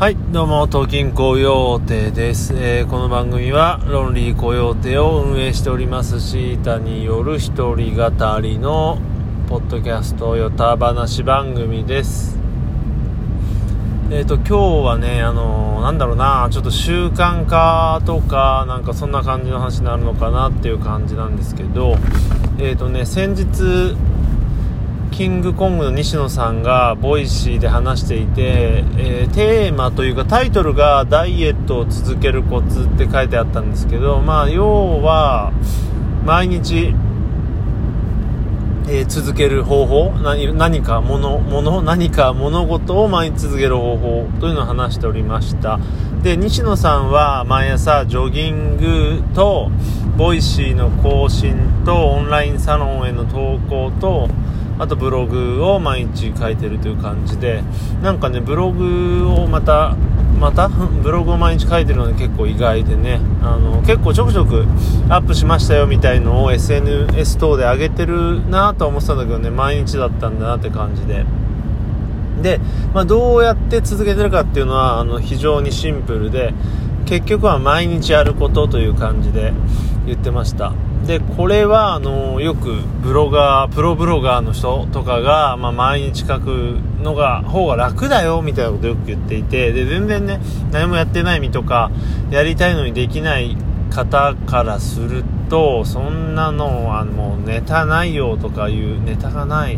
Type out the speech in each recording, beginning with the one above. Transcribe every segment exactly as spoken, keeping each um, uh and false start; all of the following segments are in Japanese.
はい、どうも東京コヨーテです、えー、この番組はロンリーコヨーテを運営しておりますシータによる一人語りのポッドキャストヨタ話番組です。えーと今日はねあのー、なんだろうなちょっと習慣化とかなんかそんな感じの話になるのかなっていう感じなんですけど、えーとね先日キングコングの西野さんがボイシーで話していて、えー、テーマというかタイトルがダイエットを続けるコツって書いてあったんですけど、まあ要は毎日、えー、続ける方法 何, 何か物物何か物事を毎日続ける方法というのを話しておりました。で西野さんは毎朝ジョギングとボイシーの更新とオンラインサロンへの投稿とあとブログを毎日書いてるという感じで、なんかねブログをまたまたブログを毎日書いてるので結構意外でね、あの結構ちょくちょくアップしましたよみたいのを エスエヌエス 等で上げてるなとは思ってたんだけどね、毎日だったんだなって感じでで、まあ、どうやって続けてるかっていうのはあの非常にシンプルで、結局は毎日やることという感じで言ってました。でこれはあのよくブロガープロブロガーの人とかが、まあ、毎日書くのが方が楽だよみたいなことをよく言っていて、で全然ね何もやってない身とかやりたいのにできない方からすると、そんなのはもうネタないよとかいうネタがない、うん、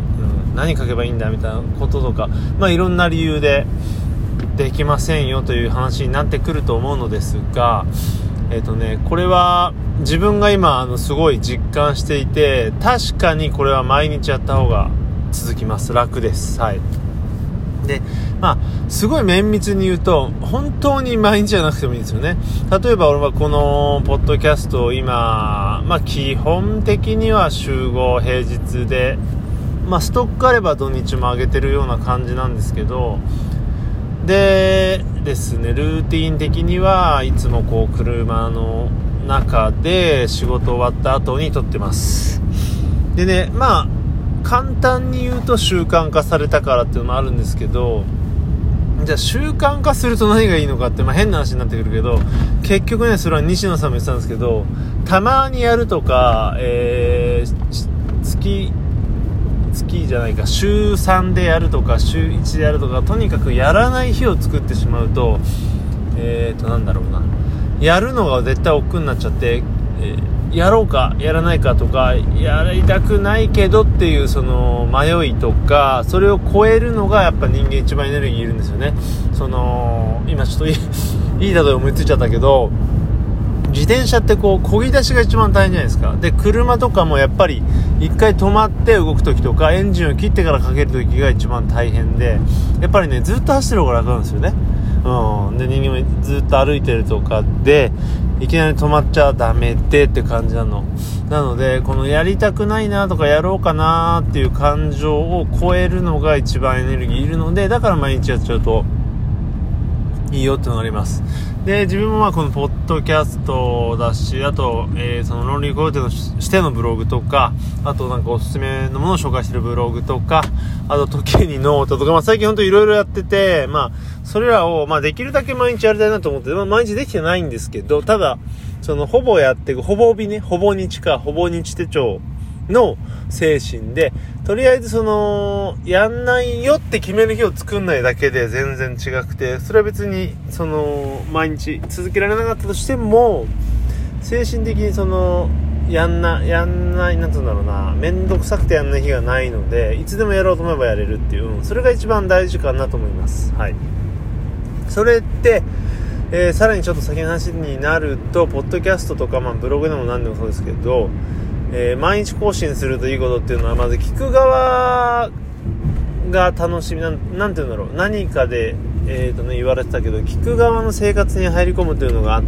何書けばいいんだみたいなこととか、まあいろんな理由でできませんよという話になってくると思うのですが、えっとねこれは自分が今あのすごい実感していて、確かにこれは毎日やった方が続きます。楽です。はい。でまあすごい綿密に言うと本当に毎日じゃなくてもいいんですよね。例えば俺はこのポッドキャストを今まあ基本的には週ご平日で、まあストックあれば土日も上げてるような感じなんですけど、でですねルーティーン的にはいつもこう車の中で仕事終わった後に撮ってます。でねまあ簡単に言うと習慣化されたからっていうのもあるんですけど、じゃあ習慣化すると何がいいのかって、まあ、変な話になってくるけど、結局ねそれは西野さんも言ってたんですけど、たまにやるとか、えー、月月じゃないか週さんでやるとか週いちでやるとか、とにかくやらない日を作ってしまうとえーとなんだろうなやるのが絶対億劫になっちゃって、えーやろうかやらないかとか、やりたくないけどっていうその迷いとか、それを超えるのがやっぱ人間一番エネルギーいるんですよね。その今ちょっといいいい例え思いついちゃったけど、自転車ってこう漕ぎ出しが一番大変じゃないですか。で車とかもやっぱり一回止まって動く時とかエンジンを切ってからかける時が一番大変で、やっぱりねずっと走ってる方が楽なんですよね。うん、で人間もずっと歩いてるとかでいきなり止まっちゃダメでって感じなのなので、このやりたくないなとかやろうかなっていう感情を超えるのが一番エネルギーいるので、だから毎日やっちゃうといいよっていうのがあります。で自分もまあこのポッドキャストだし、あと、えー、そのロンリーコヨーテのしてのブログとか、あとなんかおすすめのものを紹介してるブログとか、あと時計にノートとか、まあ、最近ほんといろいろやってて、まあそれらをまあできるだけ毎日やりたいなと思って、まあ、毎日できてないんですけど、ただそのほぼやっていくほぼ日ねほぼ日かほぼ日手帳の精神で、とりあえずそのやんないよって決める日を作んないだけで全然違くて、それは別にその毎日続けられなかったとしても精神的にそのやんなやんないなんていうんだろうな、めんどくさくてやんない日がないので、いつでもやろうと思えばやれるっていう、うん、それが一番大事かなと思います。はい。それって、えー、さらにちょっと先の話になると、ポッドキャストとか、まあ、ブログでも何でもそうですけど、えー、毎日更新するといいことっていうのは、まず聞く側が楽しみな、なんていうんだろう、何かで、えーとね、言われてたけど、聞く側の生活に入り込むというのがあって、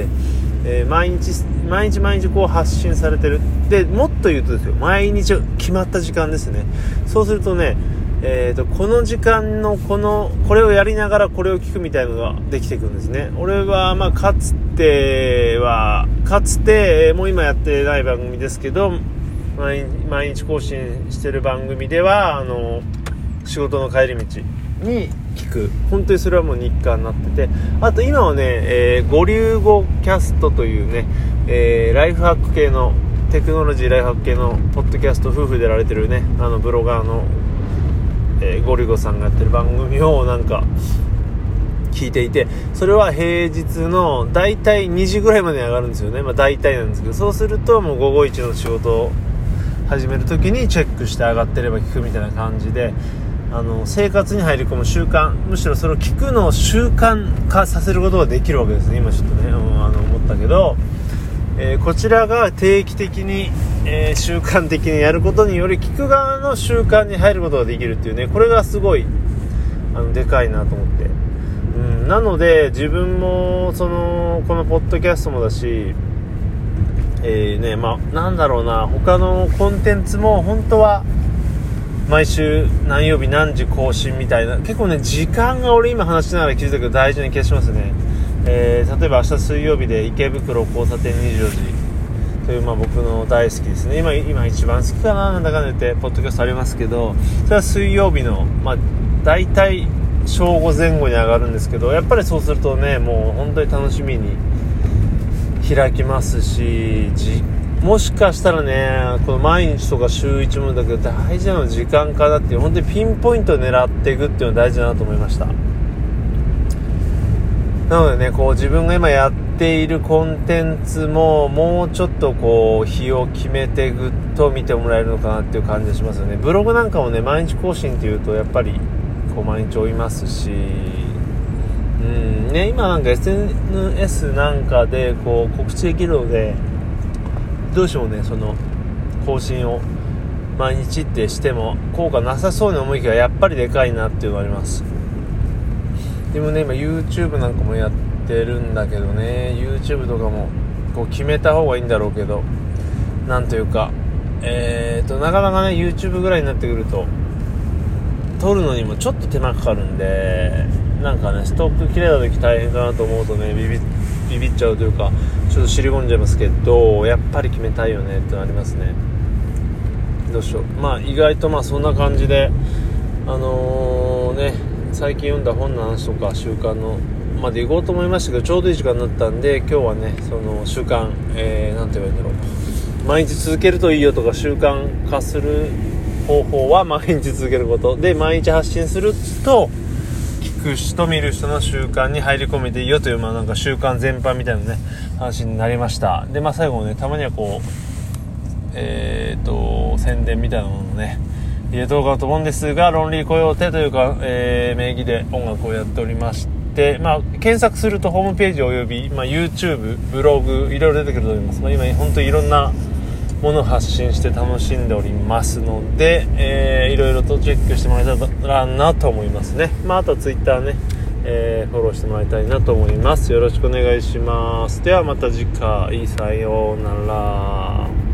えー、毎日毎日毎日こう発信されてる。でもっと言うとですよ、毎日決まった時間ですね。そうするとね、えーとこの時間のこのこれをやりながらこれを聞くみたいなのができていくんですね。俺はまあかつてはかつてもう今やってない番組ですけど、毎, 毎日更新してる番組ではあの仕事の帰り道に聞く、本当にそれはもう日課になってて、あと今はね、えー、ゴリュウゴキャストというね、えー、ライフハック系のテクノロジーライフハック系のポッドキャスト、夫婦でやられてるね、あのブロガーの、えー、ゴリュウゴさんがやってる番組をなんか聞いていて、それは平日のだいたいにじぐらいまでに上がるんですよね。まあ大体なんですけど、そうするともう午後一の仕事を始めるときにチェックして上がってれば聞くみたいな感じで、あの生活に入り込む習慣、むしろそれを聞くのを習慣化させることができるわけですね。今ちょっとね、うん、あの思ったけど、えー、こちらが定期的に、えー、習慣的にやることにより聞く側の習慣に入ることができるっていうね、これがすごいあのでかいなと思って、うん、なので自分もそのこのポッドキャストもだし、えーね、まあなんだろうな、他のコンテンツも本当は毎週何曜日何時更新みたいな、結構ね時間が俺今話しながら気づいたけど大事な気がしますね。えー、例えば明日水曜日で池袋交差点にじゅうよじという、まあ、僕の大好きですね、今今一番好きかな、なんだかんだ言ってポッドキャストありますけど、それは水曜日の、まあ、大体正午前後に上がるんですけど、やっぱりそうするとね、もう本当に楽しみに開きますし、じもしかしたらね、この毎日とか週いちもだけど大事なのは時間かなっていう、本当にピンポイントを狙っていくっていうのが大事だなと思いました。なのでね、こう自分が今やっているコンテンツももうちょっとこう日を決めてぐっと見てもらえるのかなっていう感じがしますよね。ブログなんかもね、毎日更新っていうとやっぱりこう毎日追いますし、うんね、今なんか エスエヌエス なんかでこう告知できるので、どうしてもねその更新を毎日ってしても効果なさそうに思いきややっぱりでかいなっていうのがあります。でもね、今 YouTube なんかもやってるんだけどね、 YouTube とかもこう決めた方がいいんだろうけど、なんというかえーとなかなかね YouTube ぐらいになってくると撮るのにもちょっと手間かかるんで、なんかねストック切れた時大変かなと思うとねビビビビっちゃうというか、ちょっと尻込んじゃいますけど、やっぱり決めたいよねってのありますね。どうしよう、まあ意外とまあそんな感じで、あのー、ね最近読んだ本の話とか習慣のまで行こうと思いましたけど、ちょうどいい時間になったんで、今日はねその習慣、えー、なんて言えばいいんだろう、毎日続けるといいよとか、習慣化する方法は毎日続けることで、毎日発信すると聞く人見る人の習慣に入り込めていいよという、まあなんか習慣全般みたいなね話になりました。でまあ最後ね、たまにはこうえーと宣伝みたいなものをね入れとこうかと思うんですが、ロンリーコヨーテというか、えー、名義で音楽をやっておりまして、まあ、検索するとホームページおよび、まあ、YouTube、ブログいろいろ出てくると思います。まあ、今本当にいろんなものを発信して楽しんでおりますので、えー、いろいろとチェックしてもらえたらなと思いますね。まあ、あとは Twitter ね、えー、フォローしてもらいたいなと思います。よろしくお願いします。ではまた次回、さようなら。